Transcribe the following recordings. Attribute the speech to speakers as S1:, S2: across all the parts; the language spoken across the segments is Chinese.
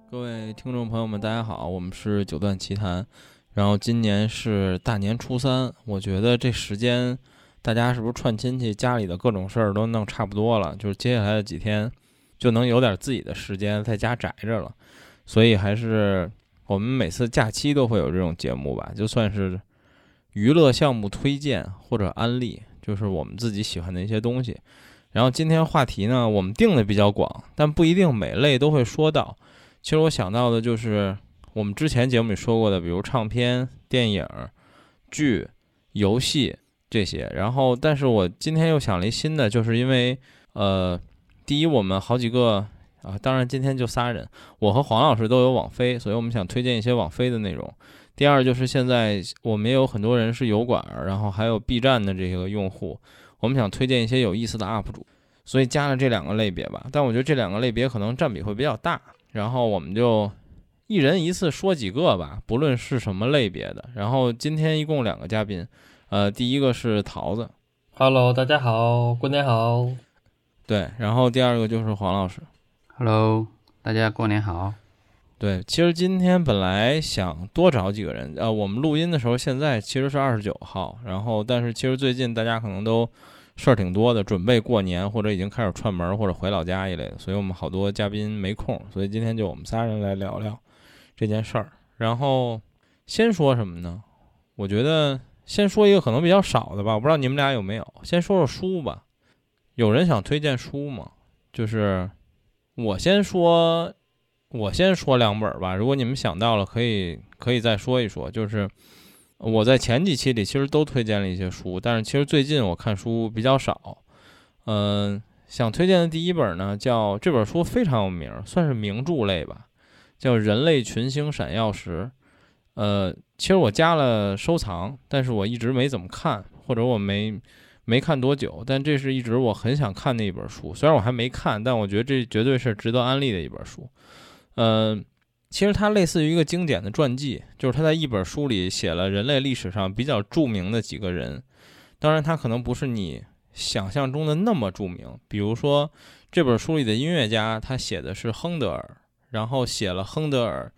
S1: 各位听众朋友们，大家好，我们是九段奇谈。然后今年是大年初三，我觉得这时间大家是不是串亲戚，家里的各种事儿都弄差不多了，就是接下来的几天就能有点自己的时间在家宅着了。所以还是我们每次假期都会有这种节目吧，就算是娱乐项目推荐或者安利，就是我们自己喜欢的一些东西。然后今天话题呢，我们定的比较广，但不一定每类都会说到。其实我想到的就是我们之前节目里说过的，比如唱片、电影、剧、游戏这些。然后，但是我今天又想了一新的，就是因为第一我们好几个当然今天就仨人，我和黄老师都有网飞，所以我们想推荐一些网飞的内容。第二就是现在我们也有很多人是油管，然后还有 B 站的这个用户，我们想推荐一些有意思的 UP 主，所以加了这两个类别吧。但我觉得这两个类别可能占比会比较大。然后我们就一人一次说几个吧，不论是什么类别的。然后今天一共两个嘉宾，第一个是桃子
S2: Hello，大家好，过年好。
S1: 对，然后第二个就是黄老师
S3: Hello，大家过年好。
S1: 对。其实今天本来想多找几个人，我们录音的时候现在其实是29号，然后但是其实最近大家可能都事儿挺多的，准备过年或者已经开始串门或者回老家一类的，所以我们好多嘉宾没空，所以今天就我们仨人来聊聊这件事儿。然后先说什么呢？我觉得先说一个可能比较少的吧，我不知道你们俩有没有。先说说书吧，有人想推荐书吗？就是我先说，我先说两本吧。如果你们想到了，可以再说一说。就是我在前几期里其实都推荐了一些书，但是其实最近我看书比较少。想推荐的第一本呢，这本书非常有名，算是名著类吧，叫《人类群星闪耀时》。其实我加了收藏，但是我一直没怎么看，或者我没看多久。但这是一直我很想看的一本书，虽然我还没看，但我觉得这绝对是值得安利的一本书。其实它类似于一个经典的传记，就是他在一本书里写了人类历史上比较著名的几个人，当然他可能不是你想象中的那么著名。比如说这本书里的音乐家，他写的是亨德尔，然后写了亨德尔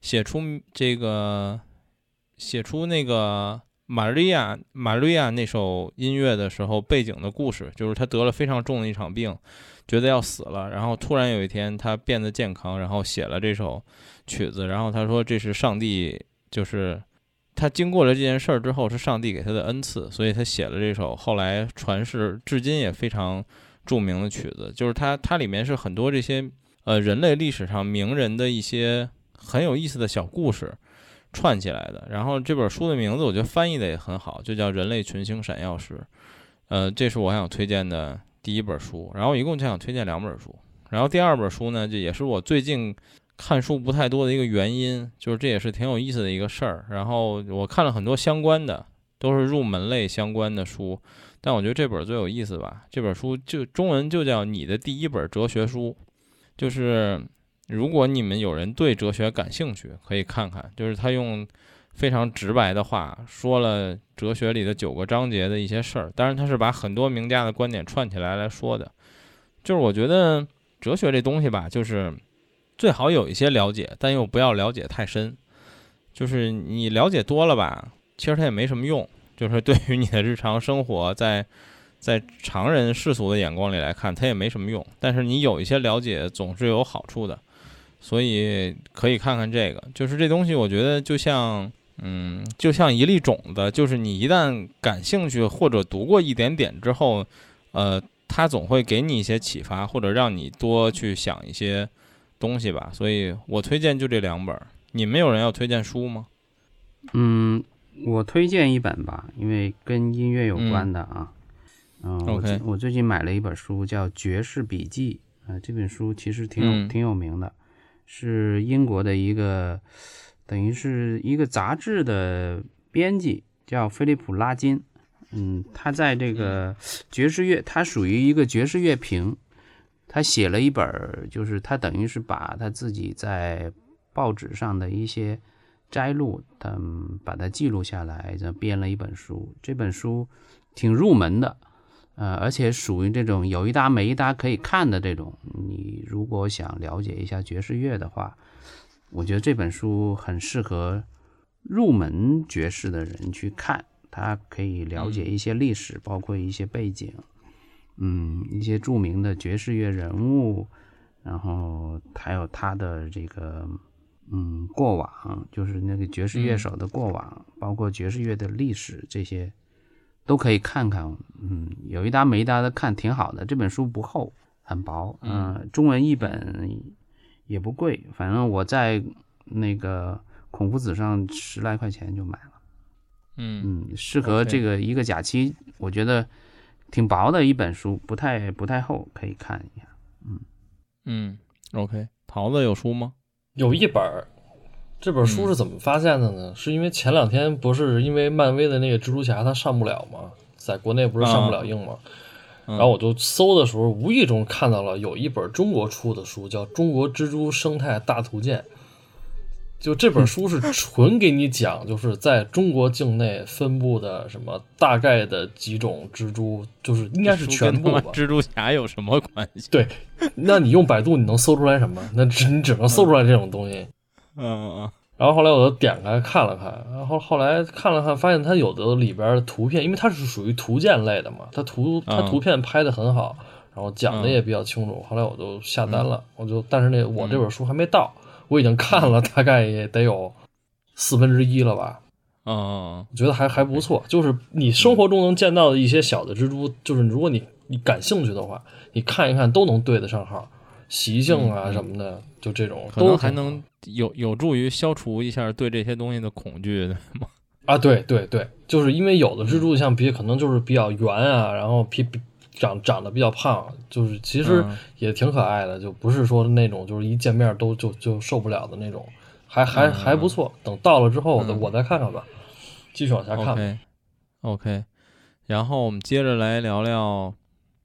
S1: 写出那个玛利亚那首音乐的时候背景的故事，就是他得了非常重的一场病，觉得要死了，然后突然有一天他变得健康，然后写了这首曲子。然后他说这是上帝，就是他经过了这件事儿之后是上帝给他的恩赐，所以他写了这首后来传世至今也非常著名的曲子。就是它里面是很多这些人类历史上名人的一些很有意思的小故事串起来的。然后这本书的名字我觉得翻译的也很好，就叫《人类群星闪耀时》。这是我想推荐的第一本书，然后一共就想推荐两本书。然后第二本书呢，这也是我最近看书不太多的一个原因，就是这也是挺有意思的一个事儿。然后我看了很多相关的，都是入门类相关的书，但我觉得这本最有意思吧。这本书就中文就叫你的第一本哲学书，就是如果你们有人对哲学感兴趣，可以看看。就是他用非常直白的话说了哲学里的9个章节的一些事儿，当然他是把很多名家的观点串起来说的。就是我觉得哲学这东西吧，就是最好有一些了解，但又不要了解太深。就是你了解多了吧，其实它也没什么用，就是对于你的日常生活，在常人世俗的眼光里来看，它也没什么用。但是你有一些了解总是有好处的，所以可以看看这个。就是这东西我觉得就像一粒种子，就是你一旦感兴趣或者读过一点点之后，它总会给你一些启发，或者让你多去想一些东西吧。所以我推荐就这两本。你们有人要推荐书吗？
S3: 我推荐一本吧，因为跟音乐有关的啊。
S1: OK，
S3: 我最近买了一本书叫《爵士笔记》这本书其实挺有名的，是英国的一个等于是一个杂志的编辑，叫菲利普·拉金。他在这个爵士乐，他属于一个爵士乐评，他写了一本，就是他等于是把他自己在报纸上的一些摘录，把它记录下来，编了一本书。这本书挺入门的，而且属于这种有一搭没一搭可以看的这种。你如果想了解一下爵士乐的话， 我觉得这本书很适合入门爵士的人去看，他可以了解一些历史，包括一些背景，一些著名的爵士乐人物，然后还有他的这个过往，就是那个爵士乐手的过往，包括爵士乐的历史，这些都可以看看。有一搭没一搭的看，挺好的。这本书不厚，很薄，中文译本也不贵，反正我在那个孔夫子上10来块钱就买了。适合这个一个假期，我觉得挺薄的一本书，不太厚，可以看一下。
S1: OK， 桃子有书吗？
S2: 有一本。这本书是怎么发现的呢？是因为前2天不是因为漫威的那个蜘蛛侠它上不了吗？在国内不是上不了映吗？然后我就搜的时候，无意中看到了有一本中国出的书，叫《中国蜘蛛生态大图鉴》。就这本书是纯给你讲，就是在中国境内分布的什么大概的几种蜘蛛，就是应该是全部吧。
S1: 蜘蛛侠有什么关系？
S2: 对，那你用百度你能搜出来什么？你只能搜出来这种东西。然后后来我就点开看了看，然后后来看了看，发现它有的里边的图片，因为它是属于图鉴类的嘛，它图片拍的很好，然后讲的也比较清楚。后来我就下单了，但是我这本书还没到，我已经看了大概也得有1/4了吧。我觉得还不错，就是你生活中能见到的一些小的蜘蛛，就是如果你感兴趣的话，你看一看都能对得上号。习性啊什么的，就这种
S1: 可能还能有助于消除一下对这些东西的恐惧的吗？
S2: 对，就是因为有的蜘蛛像可能就是比较圆啊，然后长得比较胖，就是其实也挺可爱的，就不是说那种就是一见面就受不了的那种，还不错。等到了之后我再看看吧，继续往下看。
S1: OK， 然后我们接着来聊聊，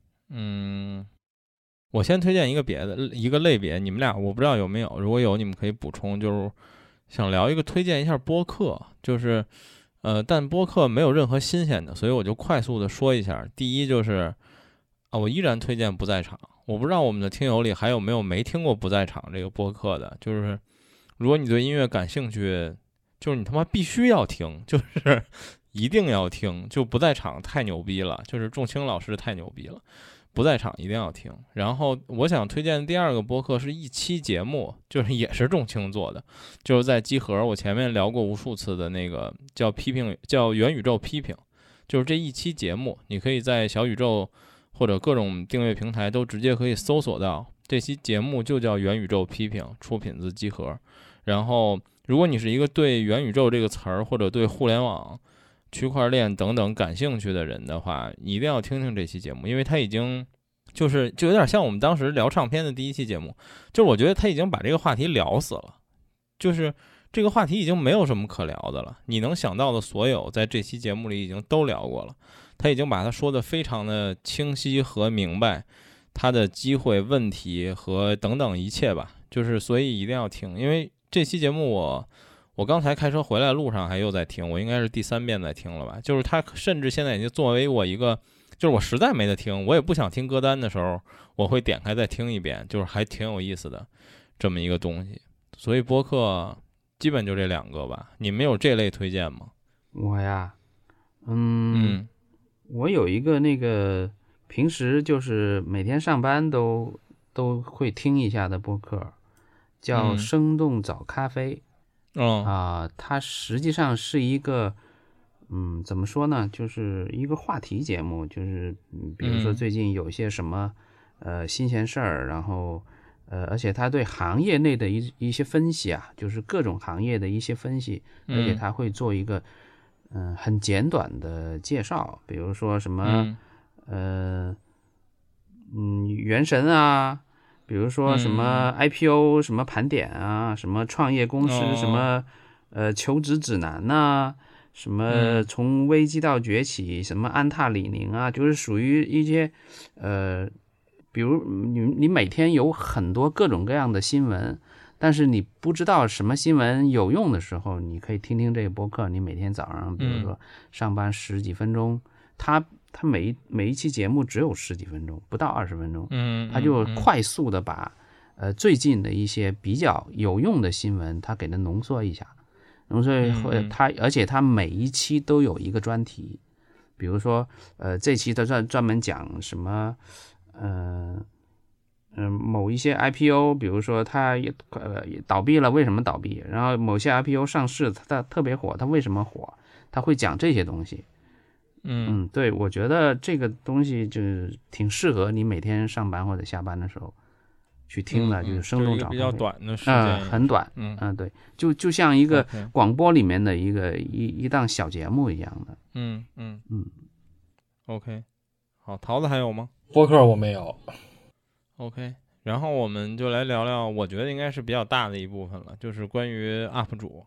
S1: 我先推荐一个类别，你们俩我不知道有没有，如果有你们可以补充。就是想聊一个推荐一下播客，就是但播客没有任何新鲜的，所以我就快速的说一下。第一就是我依然推荐不在场。我不知道我们的听友里还有没有没听过不在场这个播客的，就是如果你对音乐感兴趣，就是你他妈必须要听，就是一定要听，就不在场太牛逼了，就是仲卿老师太牛逼了。不在场一定要听。然后我想推荐第2个播客是一期节目，就是也是仲卿做的，就是在集合我前面聊过无数次的那个叫元宇宙批评，就是这一期节目你可以在小宇宙或者各种订阅平台都直接可以搜索到，这期节目就叫元宇宙批评，出品自集合。然后如果你是一个对元宇宙这个词儿或者对互联网区块链等等感兴趣的人的话，你一定要听听这期节目，因为它已经就有点像我们当时聊唱片的第1期节目，就是我觉得他已经把这个话题聊死了，就是这个话题已经没有什么可聊的了，你能想到的所有在这期节目里已经都聊过了，他已经把它说得非常的清晰和明白，他的机会、问题和等等一切吧，就是所以一定要听。因为这期节目我刚才开车回来路上还又在听，我应该是第3遍在听了吧，就是他甚至现在已经作为我一个，就是我实在没得听，我也不想听歌单的时候，我会点开再听一遍，就是还挺有意思的这么一个东西。所以播客基本就这2个吧，你们有这类推荐吗？
S3: 我呀，我有一个那个平时就是每天上班都会听一下的播客，叫生动早咖啡。它实际上是一个怎么说呢，就是一个话题节目，就是比如说最近有些什么新鲜事儿，然后而且他对行业内的一些分析啊，就是各种行业的一些分析，而且他会做一个很简短的介绍，比如说什么原神啊，比如说什么 IPO 什么盘点啊，什么创业公司什么求职指南呐，什么从危机到崛起，什么安踏李宁啊，就是属于一些比如你每天有很多各种各样的新闻，但是你不知道什么新闻有用的时候，你可以听听这个播客。你每天早上比如说上班10几分钟，他每一期节目只有10几分钟，不到20分钟，他就快速的把最近的一些比较有用的新闻，他给它浓缩一下，浓缩而且他每一期都有一个专题，比如说这期他专门讲什么某一些 IPO， 比如说它也倒闭了，为什么倒闭？然后某些 IPO 上市，它特别火，它为什么火？他会讲这些东西。对，我觉得这个东西就是挺适合你每天上班或者下班的时候去听的，就是生动
S1: 比较短的时间，
S3: 很短。对，就像一个广播里面的一档小节目一样的。
S1: OK， 好，桃子还有吗？
S2: 播客我没有。
S1: OK， 然后我们就来聊聊，我觉得应该是比较大的一部分了，就是关于 UP 主。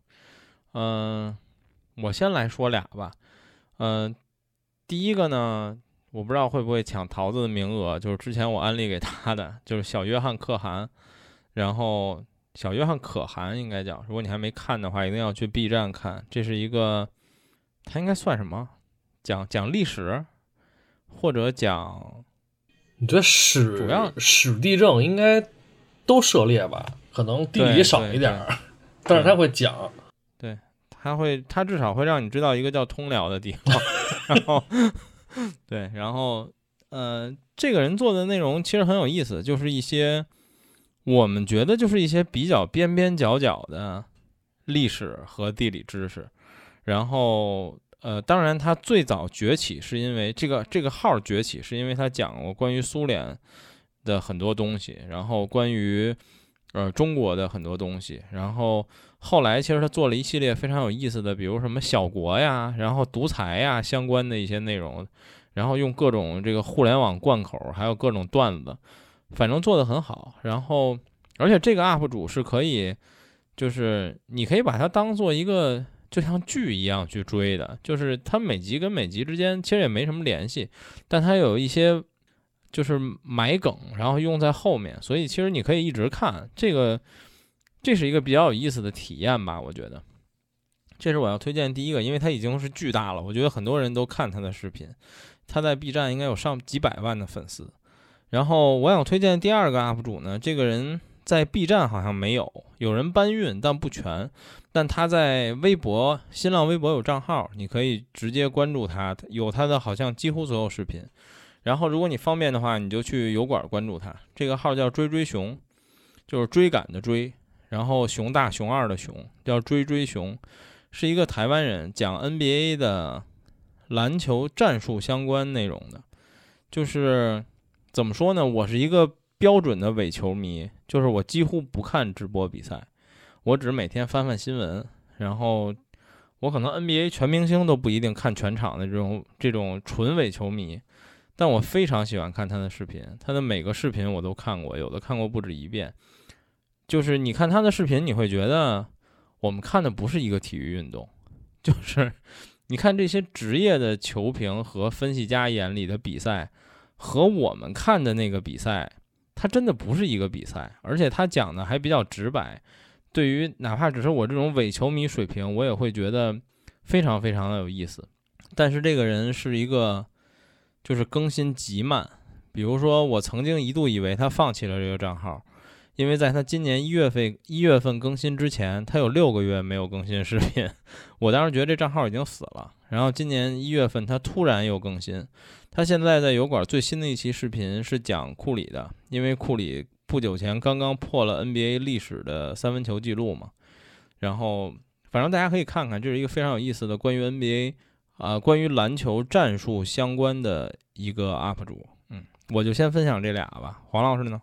S1: 我先来说俩吧。第一个呢，我不知道会不会抢桃子的名额，就是之前我安利给他的，就是小约翰可汗。然后小约翰可汗应该叫，如果你还没看的话，一定要去 B 站看。这是一个，他应该算什么？讲历史，或者讲。
S2: 你觉得
S1: 主要
S2: 史地政应该都涉猎吧？可能地理少一点，但是他会讲。
S1: 对，他至少会让你知道一个叫通辽的地方。然后，对，然后这个人做的内容其实很有意思，就是一些我们觉得就是一些比较边边角角的历史和地理知识。然后当然他最早崛起是因为这个号崛起是因为他讲过关于苏联的很多东西，然后关于中国的很多东西。然后后来其实他做了一系列非常有意思的，比如什么小国呀，然后独裁呀相关的一些内容，然后用各种这个互联网贯口，还有各种段子，反正做得很好。然后而且这个 UP 主是可以，就是你可以把它当做一个就像剧一样去追的，就是它每集跟每集之间其实也没什么联系，但它有一些就是埋梗，然后用在后面，所以其实你可以一直看。这是一个比较有意思的体验吧，我觉得。这是我要推荐第一个，因为它已经是巨大了，我觉得很多人都看他的视频，他在 B 站应该有上几百万的粉丝。然后我想推荐第二个 UP 主呢，这个人在 B 站好像没有，有人搬运但不全，但他在新浪微博有账号，你可以直接关注他，有他的好像几乎所有视频。然后如果你方便的话，你就去油管关注他，这个号叫追追熊，就是追赶的追，然后熊大熊二的熊，叫追追熊，是一个台湾人，讲 NBA 的篮球战术相关内容的。就是怎么说呢，我是一个标准的伪球迷，就是我几乎不看直播比赛，我只每天翻翻新闻，然后我可能 NBA 全明星都不一定看全场的这种纯伪球迷。但我非常喜欢看他的视频，他的每个视频我都看过，有的看过不止一遍。就是你看他的视频，你会觉得我们看的不是一个体育运动，就是你看这些职业的球评和分析家眼里的比赛和我们看的那个比赛，它真的不是一个比赛，而且他讲的还比较直白。对于哪怕只是我这种伪球迷水平，我也会觉得非常非常的有意思。但是这个人是一个就是更新极慢，比如说我曾经一度以为他放弃了这个账号，因为在他今年1月份更新之前，他有6个月没有更新视频，我当时觉得这账号已经死了。然后今年1月份他突然又更新，他现在在油管最新的一期视频是讲库里的，因为库里不久前刚刚破了 NBA 历史的3分球记录嘛。然后反正大家可以看看，这是一个非常有意思的关于 NBA关于篮球战术相关的一个 UP 主。我就先分享这俩吧。黄老师呢？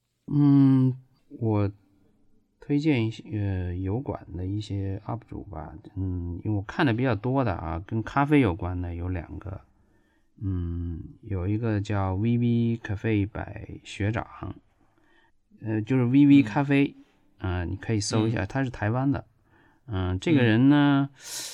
S3: 我推荐一些油管的一些 UP 主吧。因为我看的比较多的啊，跟咖啡有关的有2个。有一个叫 VV 咖啡by 学长，就是 VV 咖啡，你可以搜一下，他是台湾的。这个人呢，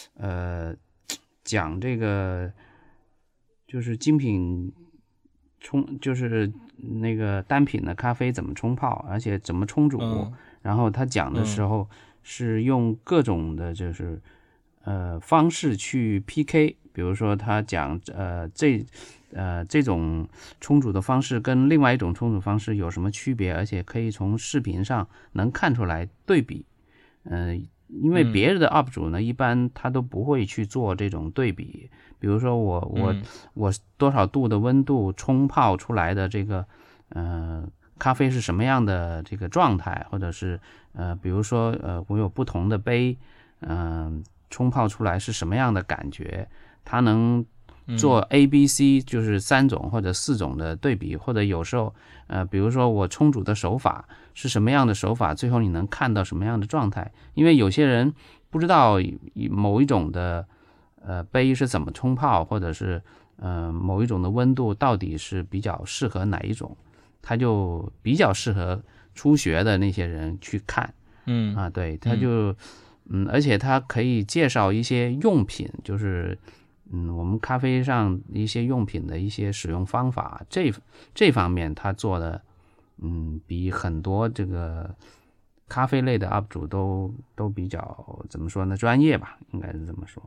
S3: 讲这个就是精品就是那个单品的咖啡怎么冲泡，而且怎么冲煮。然后他讲的时候是用各种的就是方式去 PK， 比如说他讲这种冲煮的方式跟另外一种冲煮方式有什么区别，而且可以从视频上能看出来对比。因为别的 UP 主呢，一般他都不会去做这种对比。比如说我多少度的温度冲泡出来的这个咖啡是什么样的这个状态，或者是比如说我有不同的杯，冲泡出来是什么样的感觉，它能做 A、B、C 就是3种或者4种的对比，或者有时候比如说我冲煮的手法是什么样的手法，最后你能看到什么样的状态。因为有些人不知道某一种的杯是怎么冲泡，或者是某一种的温度到底是比较适合哪一种，他就比较适合初学的那些人去看。对，他就而且他可以介绍一些用品，就是我们咖啡上一些用品的一些使用方法，这方面他做的比很多这个咖啡类的 UP 主都比较怎么说呢，专业吧，应该是这么说。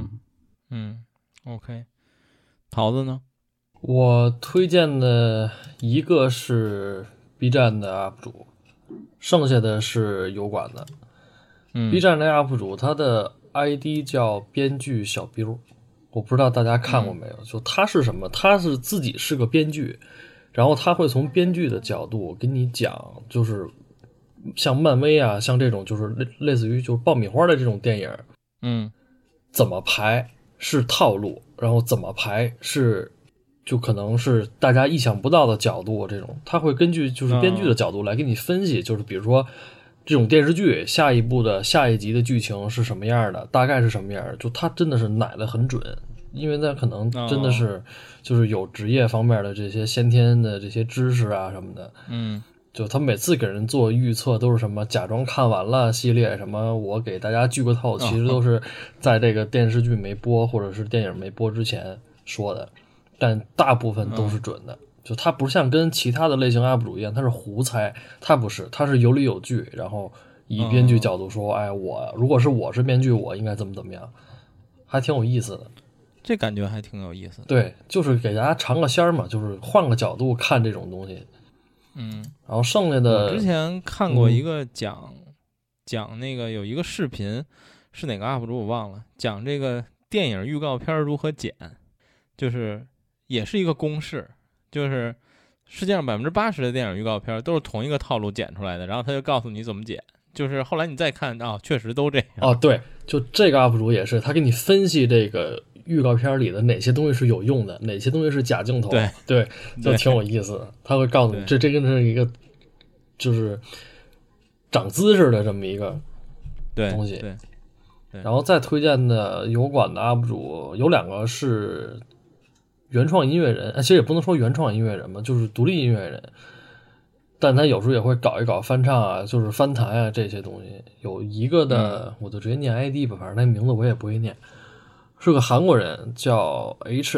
S1: OK， 桃子呢？
S2: 我推荐的一个是 B 站的 UP 主，剩下的是油管的。B 站的 UP 主他的 ID 叫编剧小彪，我不知道大家看过没有。就他是什么？他是自己是个编剧，然后他会从编剧的角度跟你讲，就是像漫威啊，像这种就是类似于就是爆米花的这种电影，怎么排是套路，然后怎么排是就可能是大家意想不到的角度，这种他会根据就是编剧的角度来给你分析，就是比如说这种电视剧下一集的剧情是什么样的，大概是什么样的，就他真的是奶得很准。因为他可能真的是就是有职业方面的这些先天的这些知识啊什么的，就他每次给人做预测都是什么假装看完了系列，什么我给大家剧个透，其实都是在这个电视剧没播或者是电影没播之前说的，但大部分都是准的。就他不像跟其他的类型 UP 主一样，他是胡猜，他不是，他是有理有据，然后以编剧角度说，哎，如果我是编剧，我应该怎么样，还挺有意思的。
S1: 这感觉还挺有意思的。
S2: 对，就是给大家尝个鲜嘛，就是换个角度看这种东西。然后剩下的，
S1: 我之前看过一个讲那个有一个视频，是哪个 UP 主我忘了，讲这个电影预告片如何剪，就是也是一个公式，就是世界上80%的电影预告片都是同一个套路剪出来的，然后他就告诉你怎么剪，就是后来你再看确实都这样。
S2: 对，就这个 UP 主也是，他给你分析这个预告片里的哪些东西是有用的，哪些东西是假镜头，对，就挺有意思的。他会告诉你，这个是一个就是长姿势的这么一个东西。
S1: 对。
S2: 然后再推荐的油管的 UP 主有2个是原创音乐人，其实也不能说原创音乐人嘛，就是独立音乐人，但他有时候也会搞一搞翻唱啊，就是翻弹啊这些东西。有一个的，我就直接念 ID 吧，反正那名字我也不会念。是个韩国人，叫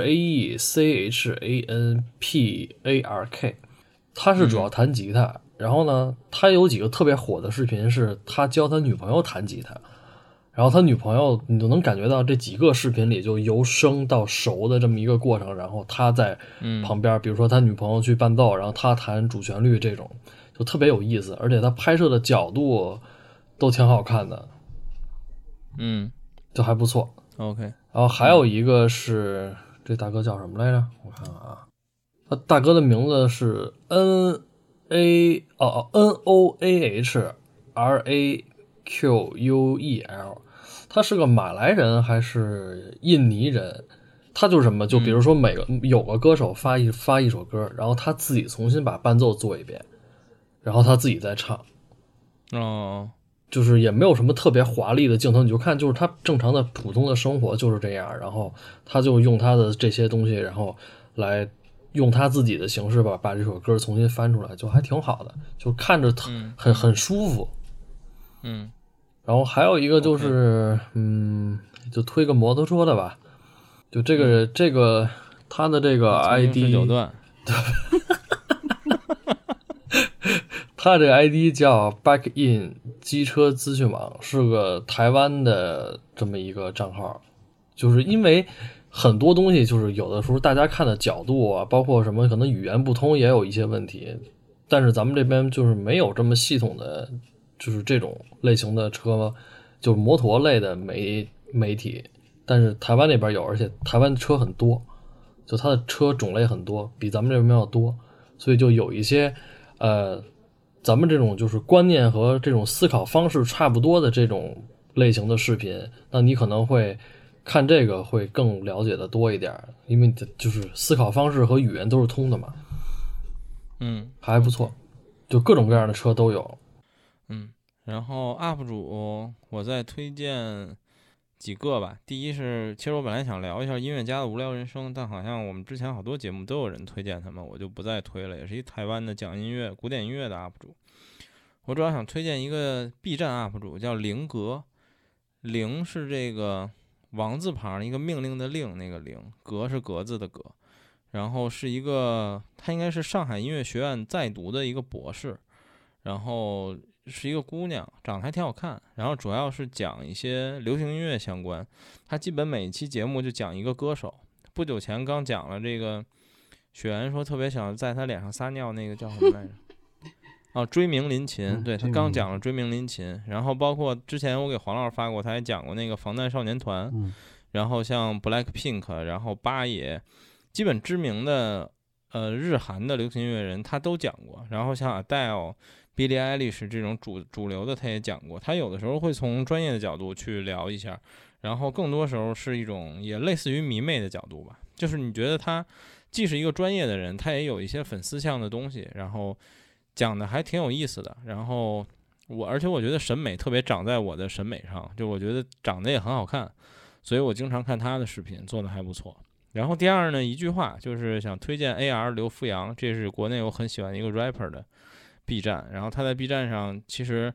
S2: HAECHANPARK， 他是主要弹吉他，然后呢，他有几个特别火的视频是他教他女朋友弹吉他，然后他女朋友你就能感觉到这几个视频里就由生到熟的这么一个过程，然后他在旁边，比如说他女朋友去伴奏，然后他弹主旋律，这种就特别有意思，而且他拍摄的角度都挺好看的，就还不错。
S1: OK，
S2: 然后还有一个是这大哥叫什么来着？我看看啊，他大哥的名字是 NOAHRAQUEL， 他是个马来人还是印尼人？他就是什么？就比如说有个歌手发一首歌，然后他自己重新把伴奏做一遍，然后他自己再唱。就是也没有什么特别华丽的镜头，你就看就是他正常的普通的生活就是这样，然后他就用他的这些东西，然后来用他自己的形式把这首歌重新翻出来，就还挺好的，就看着很舒服。然后还有一个就是 就推个摩托车的吧，就这个他的这个 ID 他这个 ID 叫 Back In 机车资讯网，是个台湾的这么一个账号。就是因为很多东西就是有的时候大家看的角度啊，包括什么可能语言不通也有一些问题，但是咱们这边就是没有这么系统的，就是这种类型的车，就是摩托类的媒体，但是台湾那边有，而且台湾车很多，就它的车种类很多，比咱们这边要多，所以就有一些咱们这种就是观念和这种思考方式差不多的这种类型的视频，那你可能会看这个会更了解的多一点，因为就是思考方式和语言都是通的嘛。还不错，就各种各样的车都有。
S1: 然后 UP 主我再推荐几个吧。第一是，其实我本来想聊一下音乐家的无聊人生，但好像我们之前好多节目都有人推荐他们，我就不再推了。也是一台湾的讲音乐、古典音乐的 UP 主。我主要想推荐一个 B 站 UP 主，叫灵格。灵是这个王字旁一个命令的令，那个灵，格是格子的格。然后是一个，他应该是上海音乐学院在读的一个博士，然后是一个姑娘，长得还挺好看，然后主要是讲一些流行音乐相关，他基本每一期节目就讲一个歌手。不久前刚讲了这个雪原说特别想在他脸上撒尿，那个叫什么来着？追名林檎，对，他刚讲了追名林檎，然后包括之前我给黄老师发过，他还讲过那个防弹少年团，然后像 BLACKPINK， 然后八爷，基本知名的日韩的流行音乐人他都讲过，然后像 Adele、Billie Eilish 这种主流的他也讲过，他有的时候会从专业的角度去聊一下，然后更多时候是一种也类似于迷妹的角度吧，就是你觉得他既是一个专业的人，他也有一些粉丝向的东西，然后讲的还挺有意思的，然后而且我觉得审美特别长在我的审美上，就我觉得长得也很好看，所以我经常看他的视频，做的还不错。然后第二呢，一句话就是想推荐 AR 刘富阳，这是国内我很喜欢的一个 rapper 的 B 站，然后他在 B 站上其实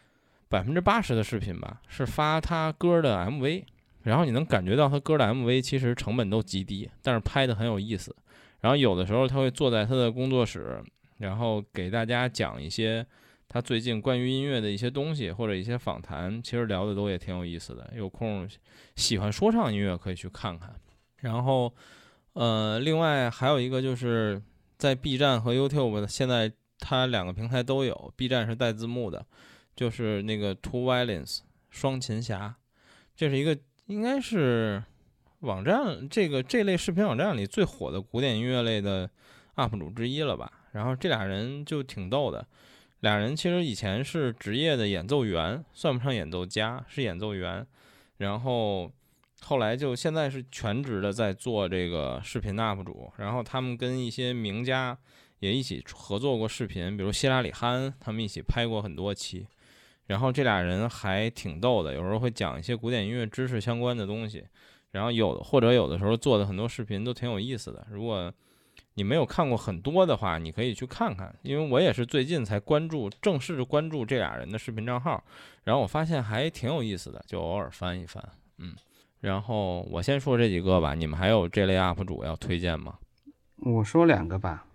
S1: 80%的视频吧是发他歌的 MV， 然后你能感觉到他歌的 MV 其实成本都极低，但是拍的很有意思。然后有的时候他会坐在他的工作室，然后给大家讲一些他最近关于音乐的一些东西或者一些访谈，其实聊的都也挺有意思的，有空喜欢说唱音乐可以去看看。然后另外还有一个就是在 B 站和 YouTube 的，现在它两个平台都有， B 站是带字幕的，就是那个 Two Violence 双琴侠，这是一个应该是网站这类视频网站里最火的古典音乐类的 UP 主之一了吧。然后这俩人就挺逗的，俩人其实以前是职业的演奏员，算不上演奏家，是演奏员，然后后来就现在是全职的在做这个视频的 UP 主，然后他们跟一些名家也一起合作过视频，比如希拉里憨，他们一起拍过很多期。然后这俩人还挺逗的，有时候会讲一些古典音乐知识相关的东西，然后有的时候做的很多视频都挺有意思的。如果你没有看过很多的话，你可以去看看，因为我也是最近才正式关注这俩人的视频账号，然后我发现还挺有意思的，就偶尔翻一翻。然后我先说这几个吧，你们还有这类 UP 主要推荐吗？
S3: 我说两个吧。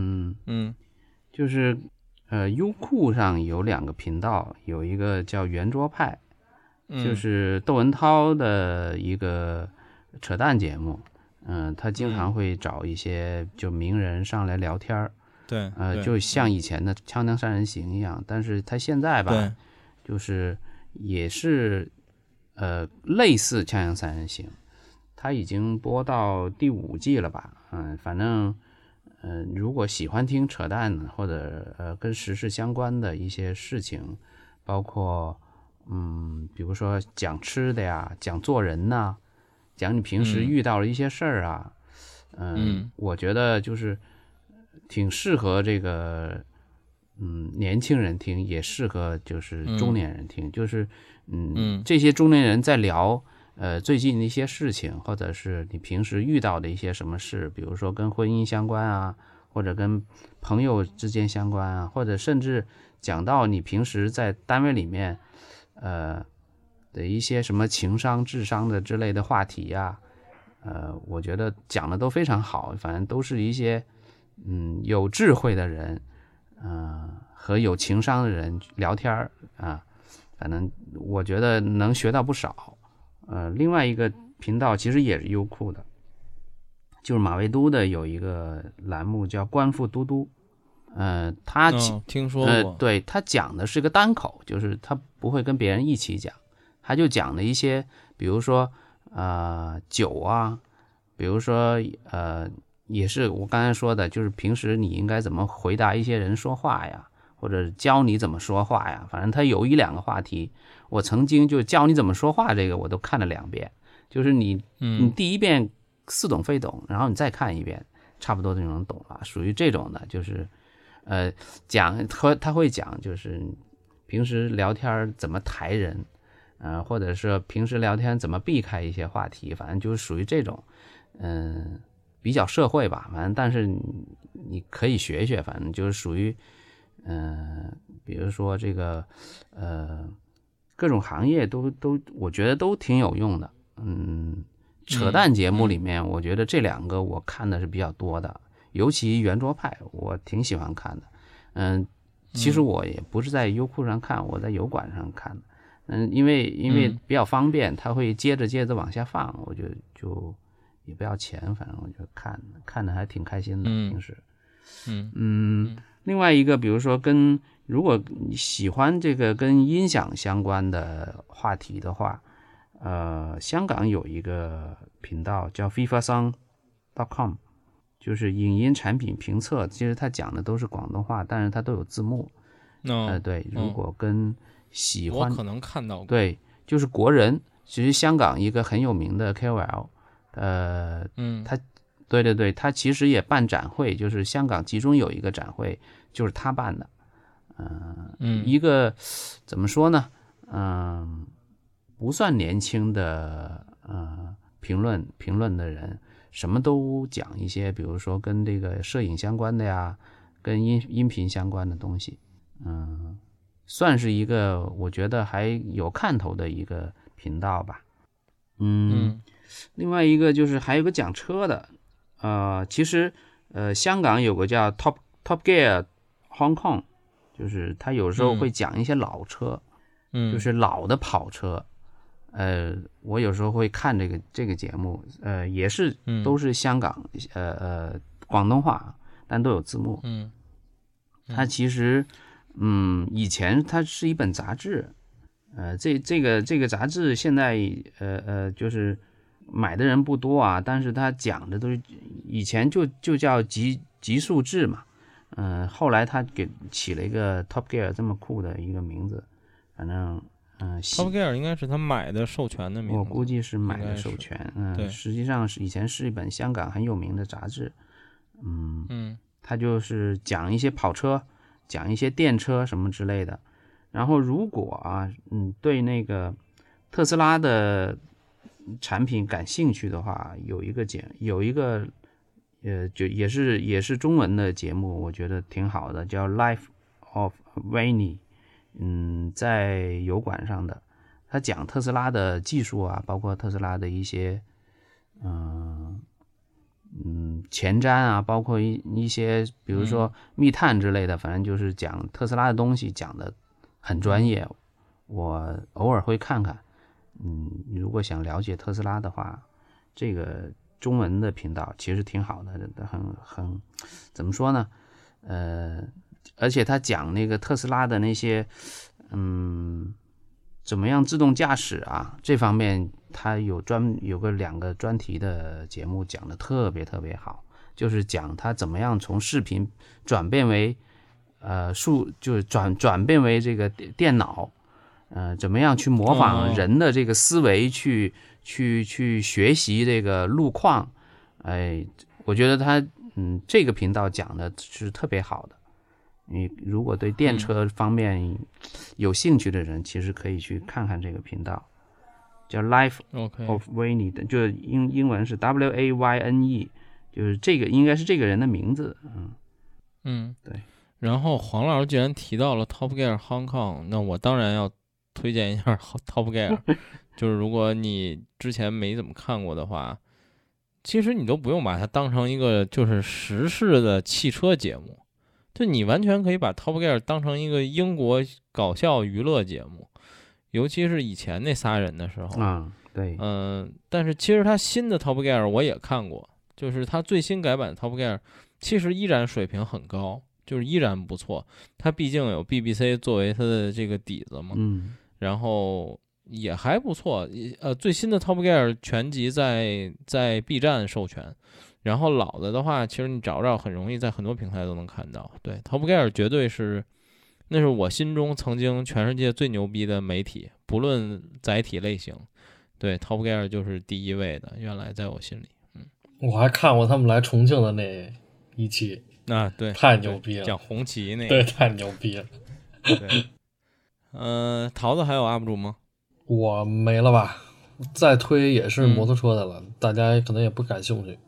S3: 就是优酷上有两个频道，有一个叫圆桌派，就是窦文涛的一个扯淡节目。他经常会找一些就名人上来聊天，
S1: 对，
S3: 就像以前的《锵锵三人行》一样，但是他现在吧，就是也是类似《锵锵三人行》，他已经播到第5季了吧？反正如果喜欢听扯淡或者跟时事相关的一些事情，包括比如说讲吃的呀，讲做人呐。讲你平时遇到了一些事儿啊，我觉得就是挺适合这个年轻人听，也适合就是中年人听，就是这些中年人在聊最近的一些事情，或者是你平时遇到的一些什么事，比如说跟婚姻相关啊，或者跟朋友之间相关啊，或者甚至讲到你平时在单位里面的一些什么情商、智商的之类的话题呀，我觉得讲的都非常好，反正都是一些有智慧的人，和有情商的人聊天啊，反正我觉得能学到不少。另外一个频道其实也是优酷的， 就是马未都的有一个栏目叫官复嘟嘟，他
S1: 听说过，
S3: 对，他讲的是个单口，就是他不会跟别人一起讲，他就讲的一些，比如说酒啊，比如说也是我刚才说的，就是平时你应该怎么回答一些人说话呀，或者教你怎么说话呀，反正他有1、2个话题，我曾经就教你怎么说话这个我都看了2遍，就是你第一遍似懂非懂，然后你再看一遍，差不多就能懂了，属于这种的，就是讲他会讲就是平时聊天怎么抬人，或者是平时聊天怎么避开一些话题，反正就是属于这种，比较社会吧，反正但是你可以学学，反正就是属于比如说这个各种行业都我觉得都挺有用的。扯淡节目里面我觉得这2个我看的是比较多的，尤其圆桌派我挺喜欢看的。其实我也不是在优酷上看，我在油管上看的。因为比较方便，它会接着往下放，我就也不要钱，反正我就看的还挺开心的，平时。另外一个，比如说如果你喜欢这个跟音响相关的话题的话，香港有一个频道叫 FIFASong.com， 就是影音产品评测，其实它讲的都是广东话，但是它都有字幕。对，如果跟喜欢，
S1: 我可能看到过。
S3: 对，就是国人，其实香港一个很有名的 KOL，他对，他其实也办展会，就是香港集中有一个展会，就是他办的。一个怎么说呢？不算年轻的评论的人，什么都讲一些，比如说跟这个摄影相关的呀，跟音频相关的东西。算是一个我觉得还有看头的一个频道吧。另外一个就是还有个讲车的，其实香港有个叫 Top Gear Hong Kong， 就是他有时候会讲一些老车，就是老的跑车。我有时候会看这个节目，也是都是香港广东话，但都有字幕。它其实以前它是一本杂志，这个杂志现在就是买的人不多啊，但是它讲的都是以前就叫集数制嘛，后来他给起了一个 Top Gear 这么酷的一个名字，反正
S1: Top Gear 应该是他买的授权的名字，
S3: 我估计是买的授权。
S1: 对，
S3: 实际上以前是一本香港很有名的杂志。他就是讲一些跑车，讲一些电车什么之类的。然后如果对那个特斯拉的产品感兴趣的话，有一个就也是中文的节目，我觉得挺好的，叫 Life of Wayne。在油管上的，他讲特斯拉的技术啊，包括特斯拉的一些前瞻啊，包括一些比如说密探之类的，反正就是讲特斯拉的东西，讲的很专业。我偶尔会看看。如果想了解特斯拉的话，这个中文的频道其实挺好的，很怎么说呢？而且他讲那个特斯拉的那些怎么样自动驾驶啊，这方面他有个2个专题的节目讲的特别特别好，就是讲他怎么样从视频转变为就是转变为这个电脑，怎么样去模仿人的这个思维去学习这个路况。我觉得他这个频道讲的是特别好的。你如果对电车方面有兴趣的人，其实可以去看看这个频道，叫 Life of Wayne， 就英文是 WAYNE， 就是这个应该是这个人的名字。对。
S1: 然后黄老师既然提到了 Top Gear Hong Kong， 那我当然要推荐一下 Top Gear。就是如果你之前没怎么看过的话，其实你都不用把它当成一个就是时事的汽车节目。就你完全可以把 Top Gear 当成一个英国搞笑娱乐节目，尤其是以前那仨人的时候。
S3: 对。
S1: 但是其实他新的 Top Gear 我也看过， 就是它最新改版的 Top Gear 其实依然水平很高，就是依然不错。它毕竟有 BBC 作为它的这个底子嘛，然后也还不错。最新的 Top Gear 全集在 B 站授权，然后老的话，其实你找找很容易，在很多平台都能看到。对 Top Gear 绝对是，那是我心中曾经全世界最牛逼的媒体，不论载体类型，对 Top Gear 就是第一位的。原来在我心里，
S2: 我还看过他们来重庆的那一期
S1: 啊，对，
S2: 太牛逼了，
S1: 讲红旗那个，
S2: 对，太牛逼了。
S1: 对，桃子还有 UP 主吗？
S2: 我没了吧，再推也是摩托车的了，大家可能也不感兴趣。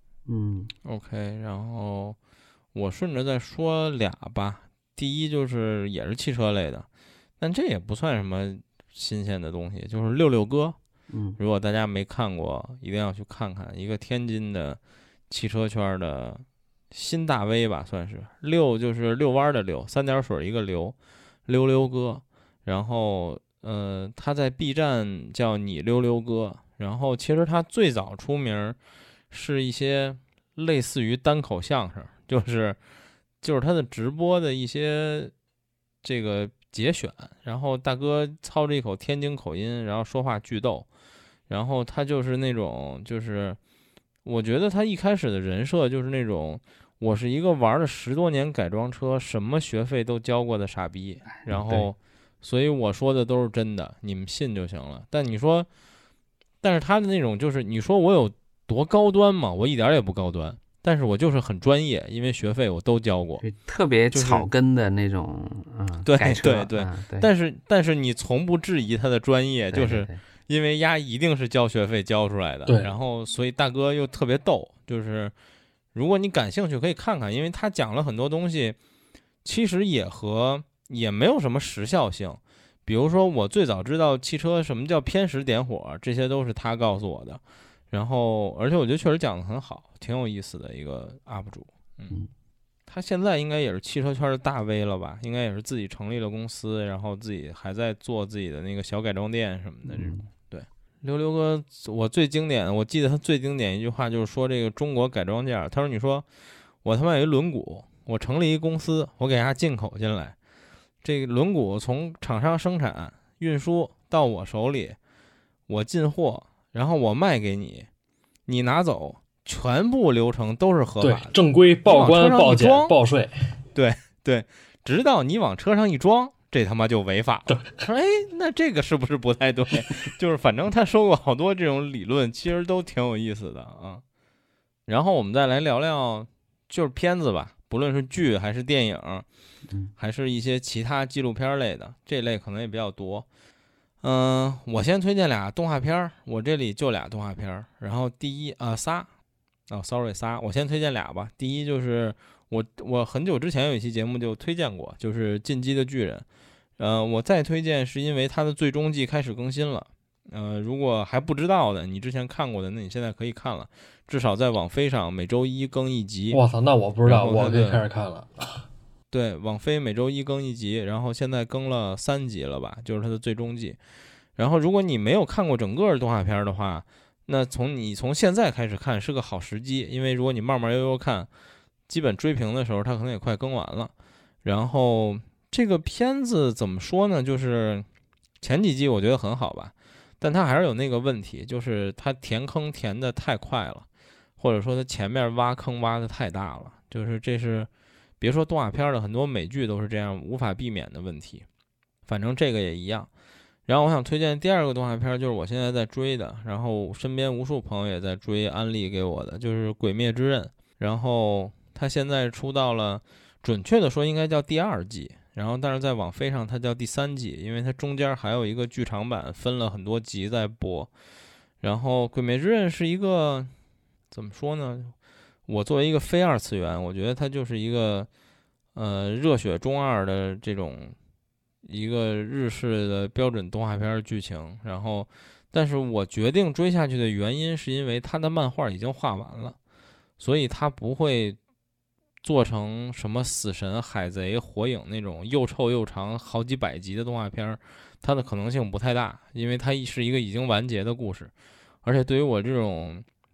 S1: OK， 然后我顺着再说俩吧。第一就是也是汽车类的，但这也不算什么新鲜的东西，就是六六哥。如果大家没看过，一定要去看看。一个天津的汽车圈的新大 V 吧，算是。六就是遛弯的遛，3点水一个溜，溜溜哥。然后他在 B 站叫你溜溜哥。然后其实他最早出名是一些类似于单口相声，就是他的直播的一些这个节选，然后大哥操着一口天津口音，然后说话巨逗。然后他就是那种，就是我觉得他一开始的人设就是那种，我是一个玩了10多年改装车，什么学费都交过的傻逼，然后所以我说的都是真的，你们信就行了。但是他的那种就是，你说我有多高端吗？我一点也不高端，但是我就是很专业，因为学费我都交过，
S3: 特别草根的那种，
S1: 对
S3: 改车
S1: 对。但是你从不质疑他的专业，就是因为丫一定是交学费交出来的。然后所以大哥又特别逗，就是如果你感兴趣可以看看，因为他讲了很多东西，其实也没有什么时效性。比如说我最早知道汽车什么叫偏时点火，这些都是他告诉我的。然后而且我觉得确实讲得很好，挺有意思的一个 UP 主。他现在应该也是汽车圈的大 V 了吧，应该也是自己成立了公司，然后自己还在做自己的那个小改装店什么的这种。对，溜溜哥我记得他最经典一句话就是说，这个中国改装件，他说你说我他妈有一轮毂，我成立一公司，我给它进口进来，这个轮毂从厂商生产运输到我手里，我进货，然后我卖给你，你拿走，全部流程都是合法的，
S2: 正规报关报检报税。
S1: 对，直到你往车上一装，这他妈就违法了。说那这个是不是不太对？就是反正他说过好多这种理论，其实都挺有意思的啊。然后我们再来聊聊就是片子吧，不论是剧还是电影，还是一些其他纪录片类的，这类可能也比较多。我先推荐俩动画片，我这里就俩动画片。然后仨，我先推荐俩吧。第一就是我很久之前有一期节目就推荐过，就是《进击的巨人》。我再推荐是因为它的最终季开始更新了。如果还不知道的，你之前看过的，那你现在可以看了，至少在网飞上每周一更一集。
S2: 我操，那我不知道，我可以开始看了。
S1: 对，网飞每周一更一集，然后现在更了3集了吧，就是它的最终季。然后如果你没有看过整个动画片的话，那你从现在开始看是个好时机，因为如果你慢慢悠悠看，基本追评的时候它可能也快更完了。然后这个片子怎么说呢，就是前几集我觉得很好吧，但它还是有那个问题，就是它填坑填的太快了，或者说它前面挖坑挖的太大了，就是这是别说动画片了，很多美剧都是这样，无法避免的问题。反正这个也一样。然后我想推荐第二个动画片，就是我现在在追的，然后身边无数朋友也在追，安利给我的，就是《鬼灭之刃》。然后它现在出到了，准确的说应该叫第2季，然后但是在网飞上它叫第3季，因为它中间还有一个剧场版，分了很多集在播。然后《鬼灭之刃》是一个怎么说呢？我作为一个非2次元，我觉得它就是一个热血中二的这种一个日式的标准动画片剧情。然后但是我决定追下去的原因是因为它的漫画已经画完了，所以它不会做成什么死神、海贼、火影那种又臭又长好几百集的动画片，它的可能性不太大，因为它是一个已经完结的故事。而且对于我这种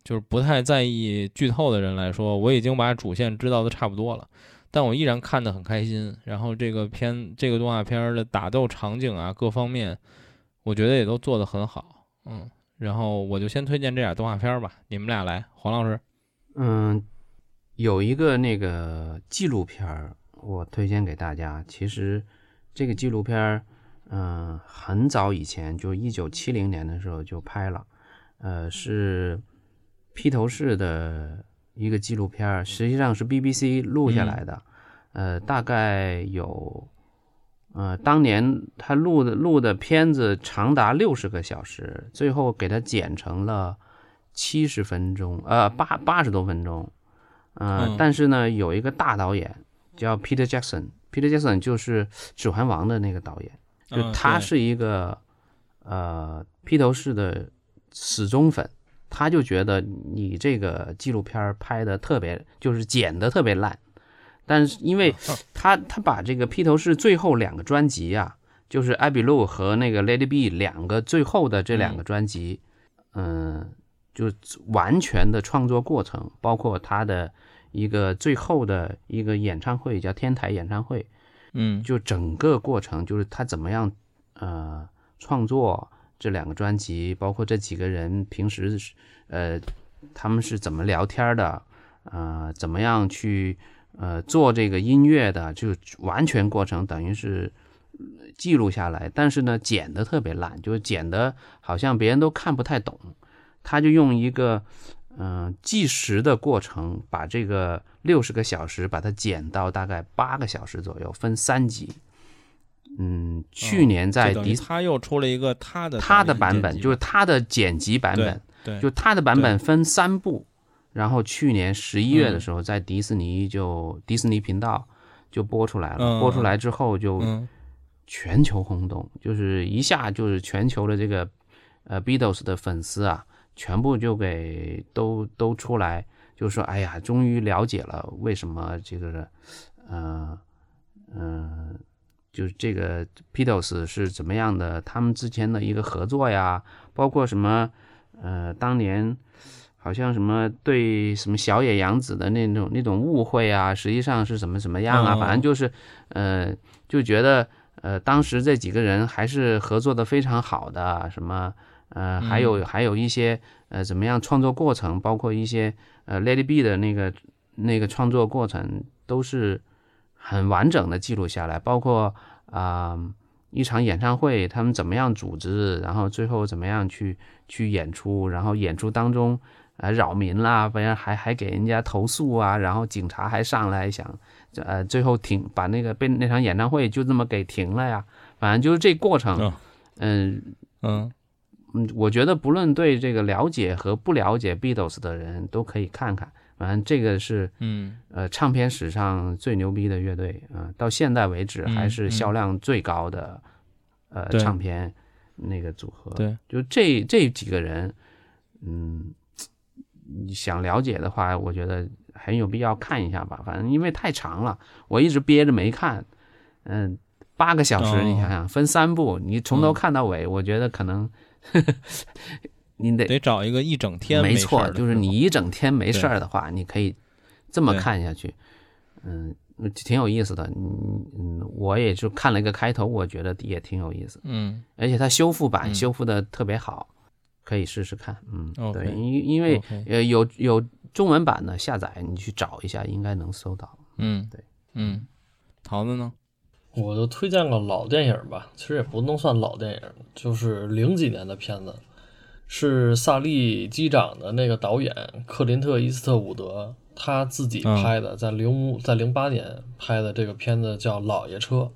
S1: 就是不太在意剧透的人来说，我已经把主线知道的差不多了，但我依然看得很开心。然后这个动画片的打斗场景啊，各方面，我觉得也都做得很好。然后我就先推荐这俩动画片吧，你们俩来，黄老师。
S3: 有一个那个纪录片我推荐给大家。其实这个纪录片很早以前，就1970年的时候就拍了，是披头士的一个纪录片，实际上是 BBC 录下来的。大概有当年他录的片子长达60个小时，最后给他剪成了70分钟，80多分钟。但是呢，有一个大导演叫 Peter Jackson，Peter Jackson 就是《指环王》的那个导演，就他是一个披头士的死忠粉，他就觉得你这个纪录片拍的特别，就是剪的特别烂。但是因为他把这个披头士最后2个专辑啊，就是 Abbey Road 和那个 Let It Be 2个最后的这2个专辑，就完全的创作过程，包括他的一个最后的一个演唱会叫天台演唱会，就整个过程就是他怎么样创作这2个专辑，包括这几个人平时他们是怎么聊天的，怎么样去做这个音乐的，就完全过程等于是记录下来，但是呢剪得特别烂，就剪得好像别人都看不太懂。他就用一个计时的过程，把这个60个小时把它剪到大概8个小时左右，分3集。去年在
S1: 他又出了一个他的
S3: 版本，就是他的剪辑版本，
S1: 对，
S3: 就他的版本分3部。然后去年11月的时候，在迪士尼频道就播出来了。播出来之后就全球轰动，就是一下就是全球的这个Beatles 的粉丝啊。全部就给都出来，就说哎呀，终于了解了为什么这个就是这个 Beatles 是怎么样的，他们之前的一个合作呀，包括什么当年好像什么对什么小野洋子的那种误会啊，实际上是什么样啊，反正就是就觉得当时这几个人还是合作的非常好的，什么还有一些怎么样创作过程，包括一些Let It Be 的那个创作过程都是很完整的记录下来，包括一场演唱会他们怎么样组织，然后最后怎么样去演出，然后演出当中扰民啦，不然还给人家投诉啊，然后警察还上来想最后把那场演唱会就这么给停了呀，反正就是这过程。我觉得不论对这个了解和不了解 Beatles 的人都可以看看，反正这个是唱片史上最牛逼的乐队到现在为止还是销量最高的唱片那个组合。
S1: 对，
S3: 就这几个人，你想了解的话，我觉得很有必要看一下吧。反正因为太长了，我一直憋着没看。8个小时，你想想分3部，你从头看到尾，我觉得可能。你得
S1: 找一个一整天没事儿的，
S3: 没错，就是你一整天没事儿的话，你可以这么看下去，挺有意思的。我也就看了一个开头，我觉得也挺有意思。而且它修复版修复的特别好，可以试试看。对，因为有中文版的下载，你去找一下，应该能搜到。对，
S1: 桃子呢？
S2: 我就推荐个老电影吧，其实也不能算老电影，就是00几年的片子，是萨利机长的那个导演克林特·伊斯特伍德他自己拍的，在08年拍的这个片子叫《老爷车》。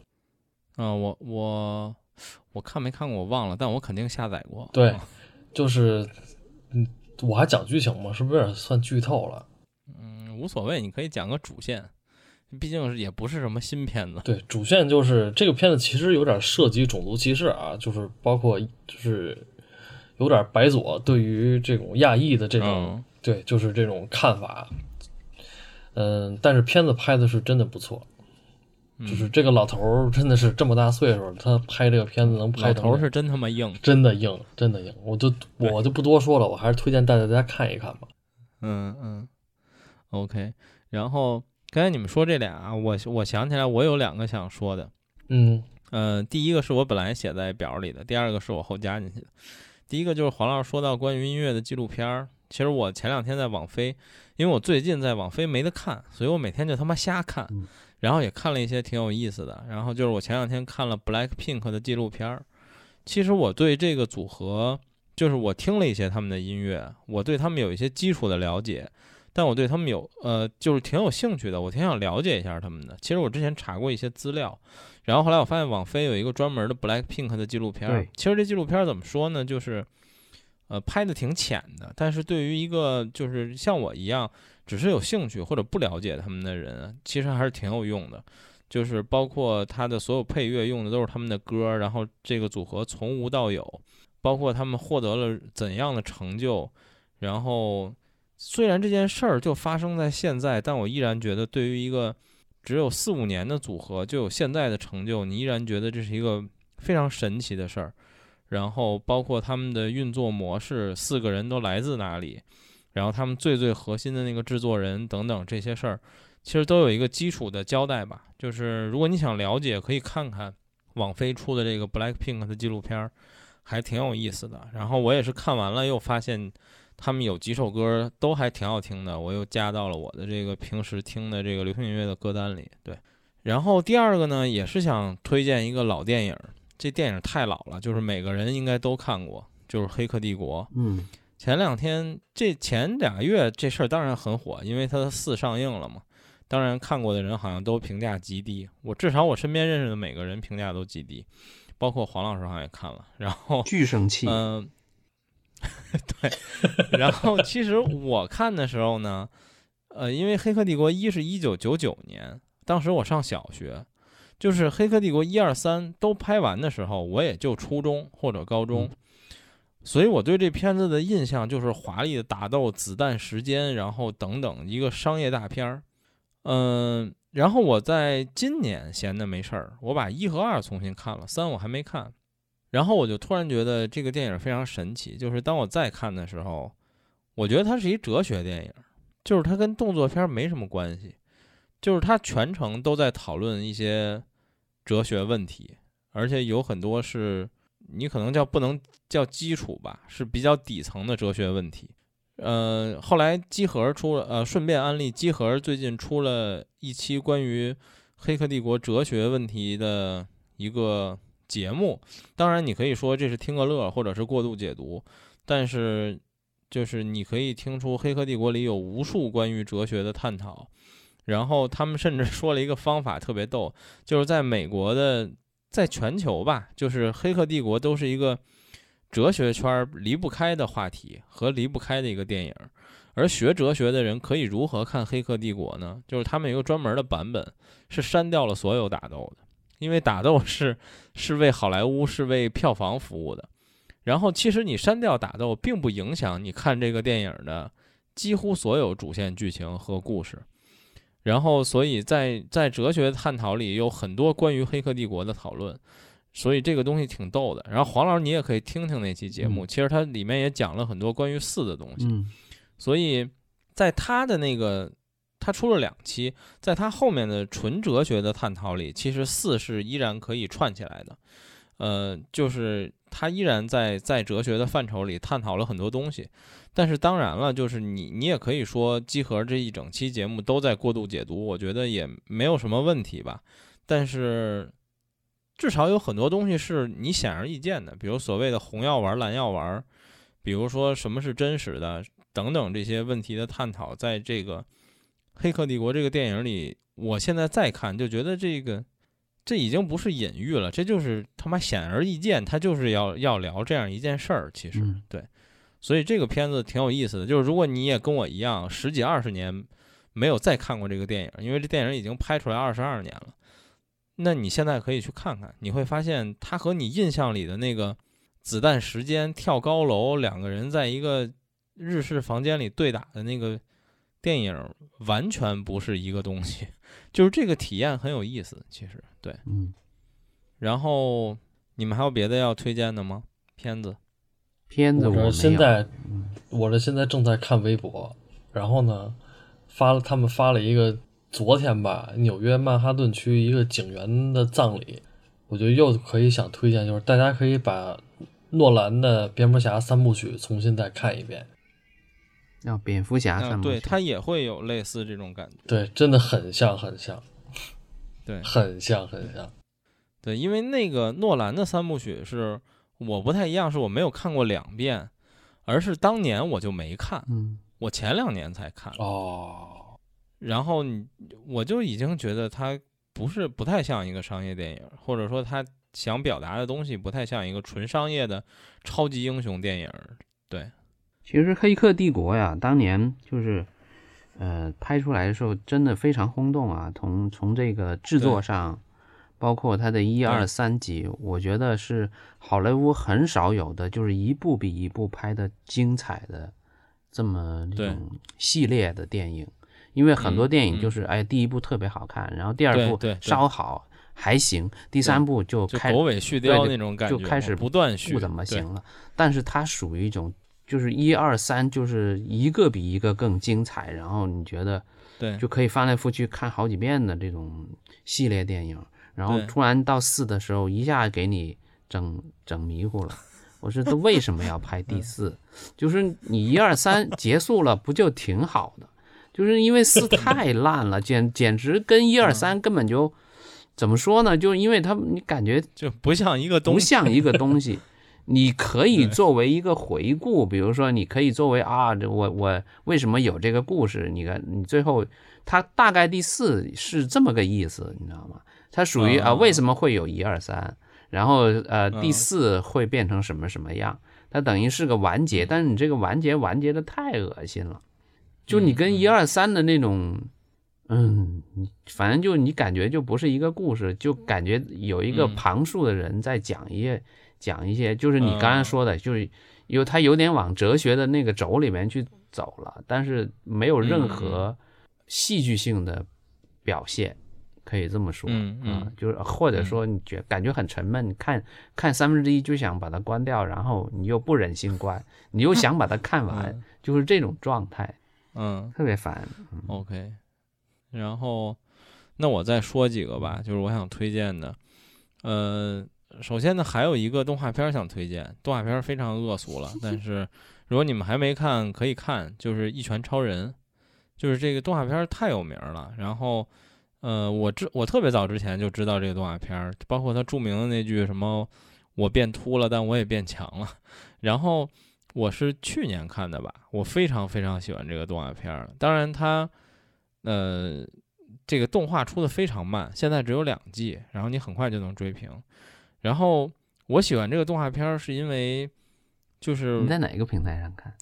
S1: 我看没看过我忘了，但我肯定下载过。
S2: 对，就是我还讲剧情吗？是不是有点算剧透了？
S1: 无所谓，你可以讲个主线。毕竟也不是什么新片子。
S2: 对，主线就是这个片子其实有点涉及种族歧视啊，就是包括就是有点白左对于这种亚裔的这种对，就是这种看法。但是片子拍的是真的不错，就是这个老头真的是这么大岁数，他拍这个片子能拍成。
S1: 老头是真他妈硬，
S2: 真的硬，真的硬。我就不多说了，我还是推荐大家看一看吧。
S1: OK。然后刚才你们说这俩，我想起来我有2个想说的。第一个是我本来写在表里的，第二个是我后加进去的。第一个就是黄老师说到关于音乐的纪录片，其实我前2天在网飞，因为我最近在网飞没得看，所以我每天就他妈瞎看，然后也看了一些挺有意思的。然后就是我前2天看了 BLACKPINK 的纪录片，其实我对这个组合，就是我听了一些他们的音乐，我对他们有一些基础的了解，但我对他们就是挺有兴趣的，我挺想了解一下他们的。其实我之前查过一些资料，然后后来我发现网飞有一个专门的 BLACKPINK 的纪录片。其实这纪录片怎么说呢，就是拍的挺浅的，但是对于一个就是像我一样只是有兴趣或者不了解他们的人，其实还是挺有用的。就是包括他的所有配乐用的都是他们的歌，然后这个组合从无到有，包括他们获得了怎样的成就。然后虽然这件事儿就发生在现在，但我依然觉得对于一个只有4-5年的组合就有现在的成就，你依然觉得这是一个非常神奇的事儿。然后包括他们的运作模式，4个人都来自哪里，然后他们最核心的那个制作人等等这些事儿，其实都有一个基础的交代吧。就是如果你想了解，可以看看网飞出的这个 BLACKPINK 的纪录片，还挺有意思的。然后我也是看完了又发现他们有几首歌都还挺好听的，我又加到了我的这个平时听的这个流行音乐的歌单里。对，然后第二个呢，也是想推荐一个老电影，这电影太老了，就是每个人应该都看过，就是《黑客帝国》。前2月这事儿当然很火，因为它的4上映了嘛。当然看过的人好像都评价极低，至少我身边认识的每个人评价都极低，包括黄老师好像也看了，然后
S3: 巨生气。
S1: 对，然后其实我看的时候呢，因为《黑客帝国》1是1999年，当时我上小学，就是《黑客帝国》1、2、3都拍完的时候，我也就初中或者高中，所以我对这片子的印象就是华丽的打斗、子弹时间，然后等等一个商业大片儿。然后我在今年闲的没事儿，我把1和2重新看了，3我还没看。然后我就突然觉得这个电影非常神奇，就是当我再看的时候，我觉得它是一哲学电影，就是它跟动作片没什么关系，就是它全程都在讨论一些哲学问题，而且有很多是你可能不能叫基础吧，是比较底层的哲学问题。后来机核出了，顺便安利机核最近出了一期关于黑客帝国哲学问题的一个节目，当然你可以说这是听个乐或者是过度解读，但是就是你可以听出黑客帝国里有无数关于哲学的探讨。然后他们甚至说了一个方法特别逗，就是在美国的，在全球吧，就是黑客帝国都是一个哲学圈离不开的话题和离不开的一个电影。而学哲学的人可以如何看黑客帝国呢？就是他们有一个专门的版本是删掉了所有打斗的，因为打斗是为好莱坞，是为票房服务的。然后其实你删掉打斗并不影响你看这个电影的几乎所有主线剧情和故事。然后所以在哲学探讨里有很多关于黑客帝国的讨论，所以这个东西挺逗的。然后黄老师你也可以听听那期节目，其实它里面也讲了很多关于4的东西。所以在他的那个他出了2期，在他后面的纯哲学的探讨里，其实4是依然可以串起来的。就是他依然在哲学的范畴里探讨了很多东西。但是当然了，就是你也可以说机核这一整期节目都在过度解读，我觉得也没有什么问题吧。但是至少有很多东西是你显而易见的，比如所谓的红药丸、蓝药丸，比如说什么是真实的等等这些问题的探讨，在这个《黑客帝国》这个电影里，我现在再看就觉得这已经不是隐喻了，这就是他妈显而易见，他就是要聊这样一件事儿。其实对，所以这个片子挺有意思的。就是如果你也跟我一样10几20年没有再看过这个电影，因为这电影已经拍出来22年了，那你现在可以去看看，你会发现它和你印象里的那个子弹时间、跳高楼、2个人在一个日式房间里对打的那个电影完全不是一个东西。就是这个体验很有意思，其实对。然后你们还有别的要推荐的吗？片子
S2: 我这现在正在看微博， 然后呢他们发了一个昨天吧，纽约曼哈顿区一个警员的葬礼，我觉得又可以想推荐，就是大家可以把诺兰的蝙蝠侠3部曲重新再看一遍。
S3: 蝙蝠侠3部曲，
S1: 对，它也会有类似这种感觉。
S2: 对，真的很像，
S1: 对，
S2: 很像。
S1: 对，因为那个诺兰的3部曲是我不太一样，是我没有看过2遍，而是当年我就没看，我前2年才看。然后我就已经觉得它不太像一个商业电影，或者说它想表达的东西不太像一个纯商业的超级英雄电影。对，
S3: 其实《黑客帝国》呀，当年就是拍出来的时候真的非常轰动啊，从这个制作上，包括它的1、2、3集，我觉得是好莱坞很少有的，就是一部比一部拍的精彩的这么这种系列的电影。因为很多电影就是第一部特别好看，然后第2部稍好还行，第3部就
S1: 狗尾续貂那种感觉，
S3: 就开始
S1: 不断续，
S3: 不怎么行了。但是它属于一种就是1、2、3就是一个比一个更精彩，然后你觉得就可以翻来覆去看好几遍的这种系列电影。然后突然到4的时候，一下给你整迷糊了。我说他为什么要拍第4？就是你1、2、3结束了，不就挺好的？就是因为4太烂了，简直跟1、2、3根本就怎么说呢？就因为你感觉
S1: 就不像一个东西，
S3: 你可以作为一个回顾，比如说你可以作为我为什么有这个故事？你看你最后它大概第4是这么个意思，你知道吗？它属于为什么会有1、2、3，然后第4会变成什么什么样？它等于是个完结，但是你这个完结的太恶心了。就你跟1、2、3的那种，反正就你感觉就不是一个故事，就感觉有一个旁述的人在讲一些，就是你刚才说的，就是他有点往哲学的那个轴里面去走了，但是没有任何戏剧性的表现，可以这么说，就是或者说你感觉很沉闷，你看1/3就想把它关掉，然后你又不忍心关，你又想把它看完，就是这种状态。特别烦。
S1: OK， 然后那我再说几个吧，就是我想推荐的。首先呢，还有一个动画片想推荐，动画片非常恶俗了，但是如果你们还没看，可以看，就是《一拳超人》，就是这个动画片太有名了。然后，我特别早之前就知道这个动画片，包括他著名的那句什么“我变秃了，但我也变强了”，然后。我是去年看的吧，我非常非常喜欢这个动画片。当然它这个动画出的非常慢，现在只有2季，然后你很快就能追平。然后我喜欢这个动画片是因为就是
S3: 你在哪个平台上看？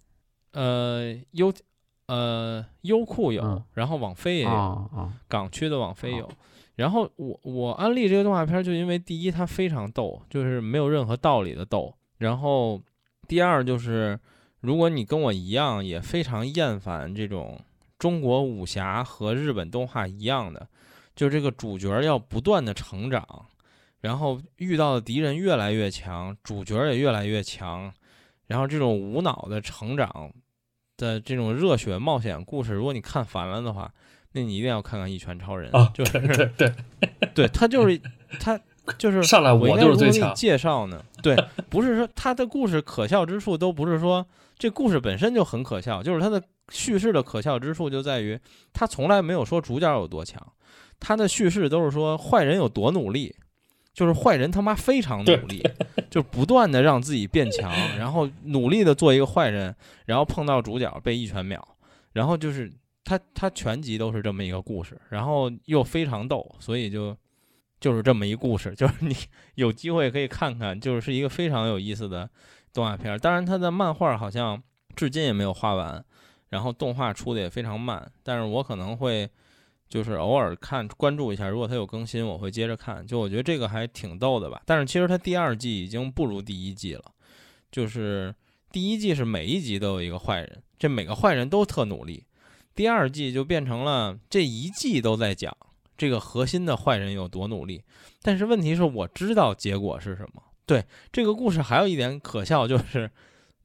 S1: 优酷有，然后网飞也有，港区的网飞有。然后我安利这个动画片就因为第一它非常逗，就是没有任何道理的逗，然后第二就是，如果你跟我一样也非常厌烦这种中国武侠和日本动画一样的，就这个主角要不断的成长，然后遇到的敌人越来越强，主角也越来越强，然后这种无脑的成长的这种热血冒险故事，如果你看烦了的话，那你一定要看看《一拳超人》就是对，他就是
S2: 上来我就是最强。
S1: 介绍呢，对，不是说他的故事可笑之处都不是说这故事本身就很可笑，就是他的叙事的可笑之处就在于他从来没有说主角有多强，他的叙事都是说坏人有多努力，就是坏人他妈非常努力，就不断的让自己变强，然后努力的做一个坏人，然后碰到主角被1拳秒，然后就是他全集都是这么一个故事，然后又非常逗，所以就是这么一故事，就是你有机会可以看看，就是一个非常有意思的动画片。当然它的漫画好像至今也没有画完，然后动画出的也非常慢，但是我可能会就是偶尔关注一下，如果它有更新我会接着看，就我觉得这个还挺逗的吧。但是其实它第2季已经不如第1季了，就是第1季是每一集都有一个坏人，这每个坏人都特努力，第2季就变成了这一季都在讲这个核心的坏人有多努力，但是问题是我知道结果是什么。对，这个故事还有一点可笑，就是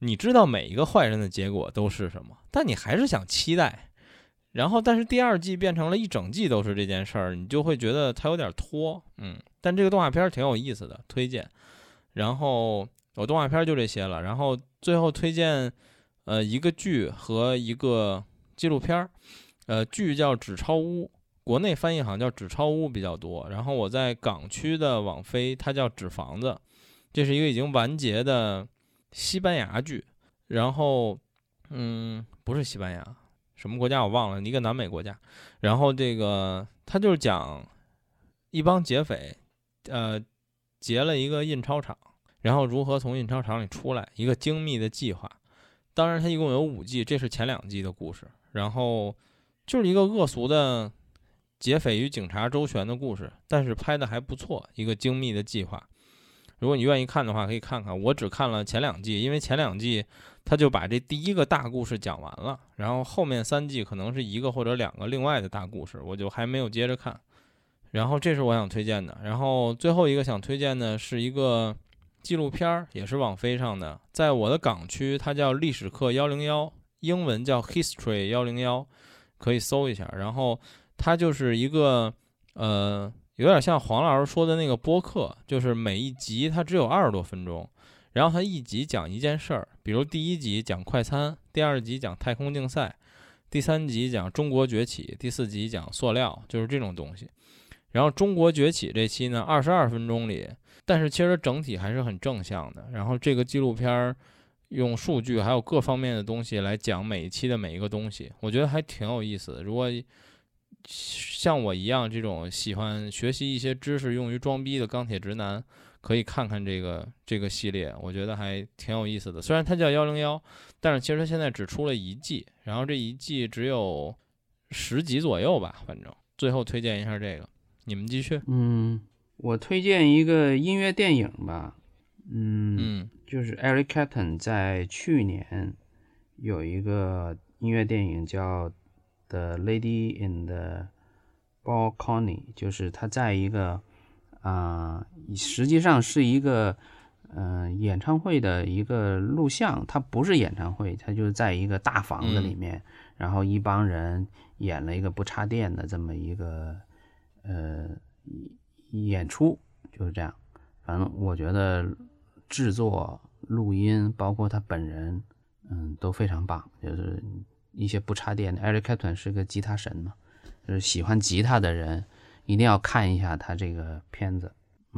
S1: 你知道每一个坏人的结果都是什么，但你还是想期待。然后，但是第二季变成了一整季都是这件事儿，你就会觉得它有点拖，但这个动画片挺有意思的，推荐。然后我动画片就这些了，然后最后推荐一个剧和一个纪录片，剧叫《纸钞屋》，国内翻译好像叫《纸钞屋》比较多。然后我在港区的网飞，它叫《纸房子》，这是一个已经完结的西班牙剧。然后，不是西班牙。什么国家我忘了，一个南美国家。然后这个他就是讲一帮劫匪，劫了一个印钞厂，然后如何从印钞厂里出来，一个精密的计划。当然，它一共有5季，这是前2季的故事。然后就是一个恶俗的劫匪与警察周旋的故事，但是拍的还不错，一个精密的计划。如果你愿意看的话，可以看看。我只看了前2季，因为前2季他就把这第一个大故事讲完了，然后后面3季可能是1个或者2个另外的大故事，我就还没有接着看。然后这是我想推荐的。然后最后一个想推荐的是一个纪录片，也是网飞上的，在我的港区它叫历史课101，英文叫 History 101，可以搜一下。然后它就是一个有点像黄老师说的那个播客，就是每一集它只有20多分钟，然后它一集讲一件事儿，比如第1集讲快餐，第2集讲太空竞赛，第3集讲中国崛起，第4集讲塑料，就是这种东西。然后中国崛起这期呢22分钟里，但是其实整体还是很正向的。然后这个纪录片用数据还有各方面的东西来讲每一期的每一个东西，我觉得还挺有意思的。如果像我一样这种喜欢学习一些知识用于装逼的钢铁直男，可以看看这个系列，我觉得还挺有意思的。虽然它叫101，但是其实它现在只出了1季，然后这1季只有10集左右吧，反正最后推荐一下这个，你们继续。
S3: 我推荐一个音乐电影吧，就是 Eric Clapton 在去年有一个音乐电影叫The Lady in the Balcony， 就是他在一个实际上是一个演唱会的一个录像，它不是演唱会，它就是在一个大房子里面，然后一帮人演了一个不插电的这么一个演出，就是这样。反正我觉得制作、录音，包括他本人，都非常棒，就是一些不插电的。Eric Clapton 是个吉他神嘛，就是喜欢吉他的人一定要看一下他这个片子。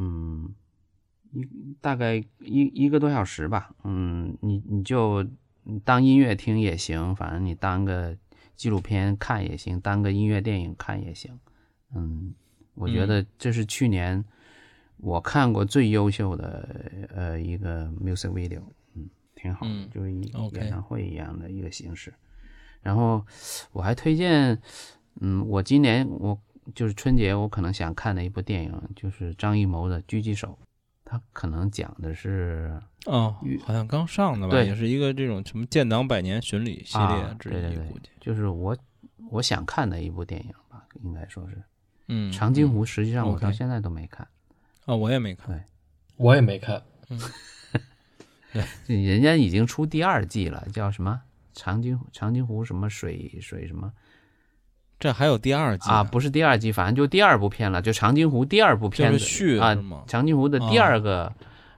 S3: 大概一个多小时吧。你就当音乐听也行，反正你当个纪录片看也行，当个音乐电影看也行。我觉得这是去年我看过最优秀的一个 music video， 挺好的，就是演唱会一样的一个形式。然后我还推荐，我今年我就是春节我可能想看的一部电影，就是张艺谋的《狙击手》，他可能讲的是
S1: 好像刚上的吧，也是一个这种什么建党100年巡礼系列之类的，估计
S3: 就是我想看的一部电影吧，应该说是。长津湖实际上我到现在都没看。
S1: 我也没看。
S2: 对，我也没看。
S3: 对，人家已经出第2季了，叫什么长津湖什么水什么。
S1: 这还有第2季
S3: 啊？不是第2季，反正就第2部片了，就长津湖第2部片子，
S1: 就是续
S3: 啊，长津湖的第2个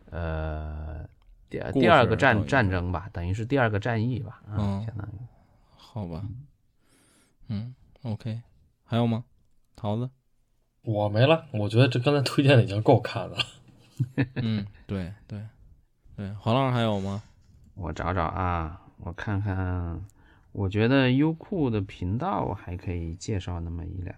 S3: 第二个战争吧，等于是第2个战役吧，相当于。
S1: 好吧。OK， 还有吗？桃子？
S2: 我没了，我觉得这刚才推荐的已经够看了。
S1: 对，黄老师还有吗？
S3: 我找找啊，我看看，我觉得优酷的频道还可以介绍那么1-2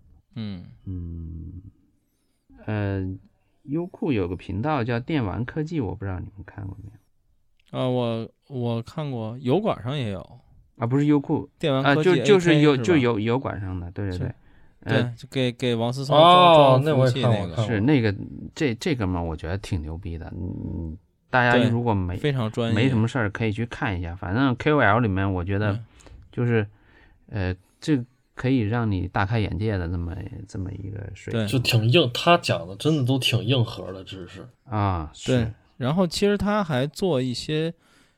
S3: 个。优酷有个频道叫电玩科技，我不知道你们看过没
S1: 有？我看过，油管上也有
S3: 啊，不是优酷
S1: 电玩科技，
S3: 就是油管上的，对。
S1: 对，就给王思聪
S2: 装
S1: 服务器那个，
S3: 是那个这个嘛，我觉得挺牛逼的。大家如果
S1: 非常专业，
S3: 没什么事儿可以去看一下。反正 KOL 里面，我觉得就是这可以让你大开眼界的这么一个水平，
S2: 就挺硬。他讲的真的都挺硬核的知识
S3: 啊。
S1: 对，然后其实他还做一些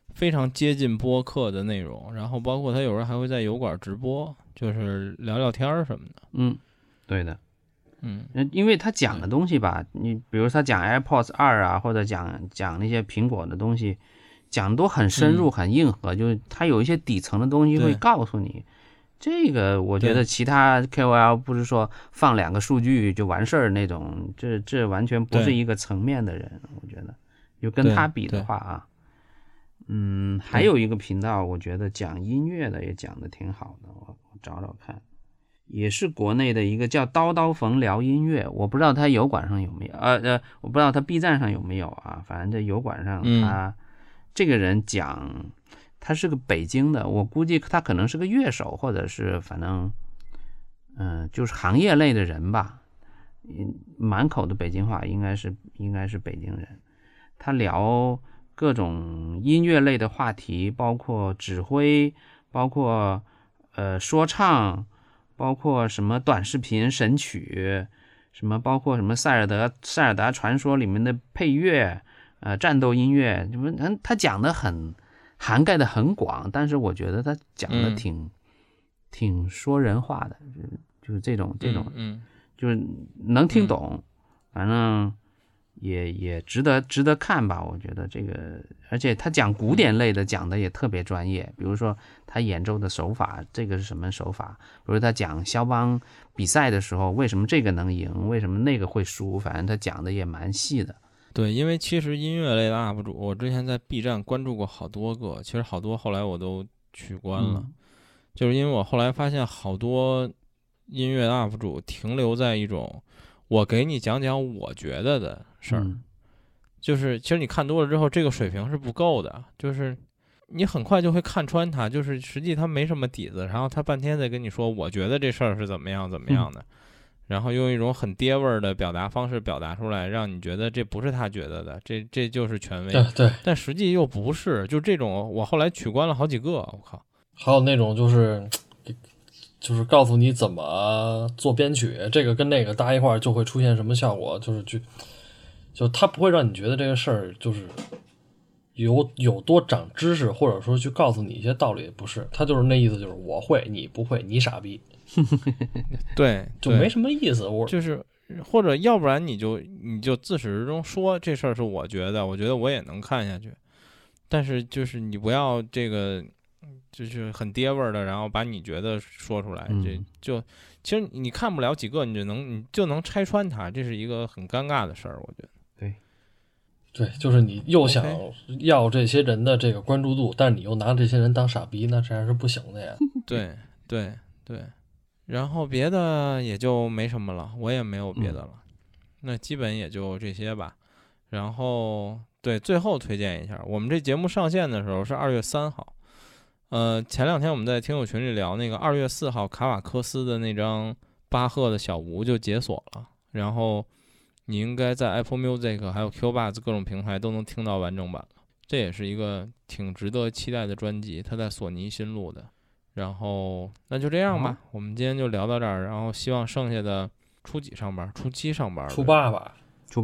S1: 非常接近播客的内容，然后包括他有时候还会在油管直播，就是聊聊天什么的。
S3: 对的。因为他讲的东西吧，你比如他讲 AirPods 2啊，或者讲那些苹果的东西，讲都很深入、很硬核，就是他有一些底层的东西会告诉你。这个我觉得其他 KOL 不是说放2个数据就完事儿那种，这完全不是一个层面的人，我觉得。就跟他比的话啊，还有一个频道，我觉得讲音乐的也讲的挺好的，我找找看。也是国内的一个叫刀刀冯聊音乐，我不知道他油管上有没有，我不知道他 B 站上有没有啊。反正这油管上他这个人讲，他是个北京的，我估计他可能是个乐手，或者是反正就是行业类的人吧，满口的北京话，应该是北京人。他聊各种音乐类的话题，包括指挥，包括说唱，包括什么短视频神曲，什么包括什么塞尔达传说里面的配乐，战斗音乐，他讲的涵盖的很广，但是我觉得他讲的挺说人话的，就是这种就是能听懂，反正也值得看吧，我觉得这个，而且他讲古典类的讲的也特别专业，比如说他演奏的手法，这个是什么手法，比如他讲肖邦比赛的时候为什么这个能赢，为什么那个会输，反正他讲的也蛮细的。
S1: 对，因为其实音乐类的 UP 主，我之前在 B 站关注过好多个，其实好多后来我都取关了，就是因为我后来发现好多音乐 UP 主停留在一种我给你讲讲我觉得的事儿，就是其实你看多了之后，这个水平是不够的，就是你很快就会看穿他，就是实际他没什么底子，然后他半天在跟你说我觉得这事儿是怎么样的，然后用一种很爹味儿的表达方式表达出来，让你觉得这不是他觉得的，这就是权威，
S2: 对，
S1: 但实际又不是，就这种我后来取关了好几个，我靠。
S2: 还有那种就是告诉你怎么做编曲，这个跟那个搭一块就会出现什么效果，就他不会让你觉得这个事儿就是有多长知识，或者说去告诉你一些道理，不是，他就是那意思，就是我会你不会，你傻逼。
S1: 对，
S2: 就没什么意思。
S1: 就是或者要不然你就自始至终说这事儿是我觉得我也能看下去，但是就是你不要这个就是很爹味儿的，然后把你觉得说出来，这就其实你看不了几个，你就能拆穿它，这是一个很尴尬的事儿，我觉得。
S2: 对，就是你又想要这些人的这个关注度，但是你又拿这些人当傻逼，那这还是不行的呀。
S1: 对，然后别的也就没什么了，我也没有别的了，那基本也就这些吧。然后对，最后推荐一下，我们这节目上线的时候是2月3号，前2天我们在听友群里聊那个2月4号卡瓦克斯的那张巴赫的小吴就解锁了，然后你应该在 Apple Music 还有 Qbuzz 各种平台都能听到完整版了，这也是一个挺值得期待的专辑，他在索尼新录的。然后那就这样吧，我们今天就聊到这儿，然后希望剩下的初几上班？初7上班？
S2: 初8吧？
S3: 初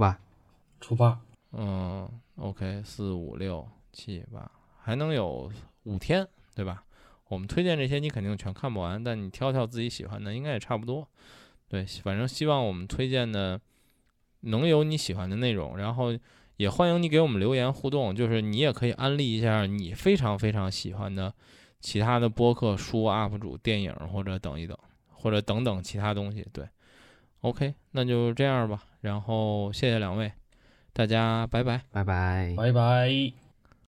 S3: 8。
S1: OK， 4、5、6、7、8，还能有5天，对吧？我们推荐这些你肯定全看不完，但你挑挑自己喜欢的，应该也差不多。对，反正希望我们推荐的能有你喜欢的内容，然后也欢迎你给我们留言互动，就是你也可以安利一下你非常非常喜欢的其他的播客、书、UP 主、电影，或者或者等等其他东西。对 ，OK， 那就这样吧。然后谢谢2位，大家拜拜，
S3: 拜拜，
S2: 拜拜。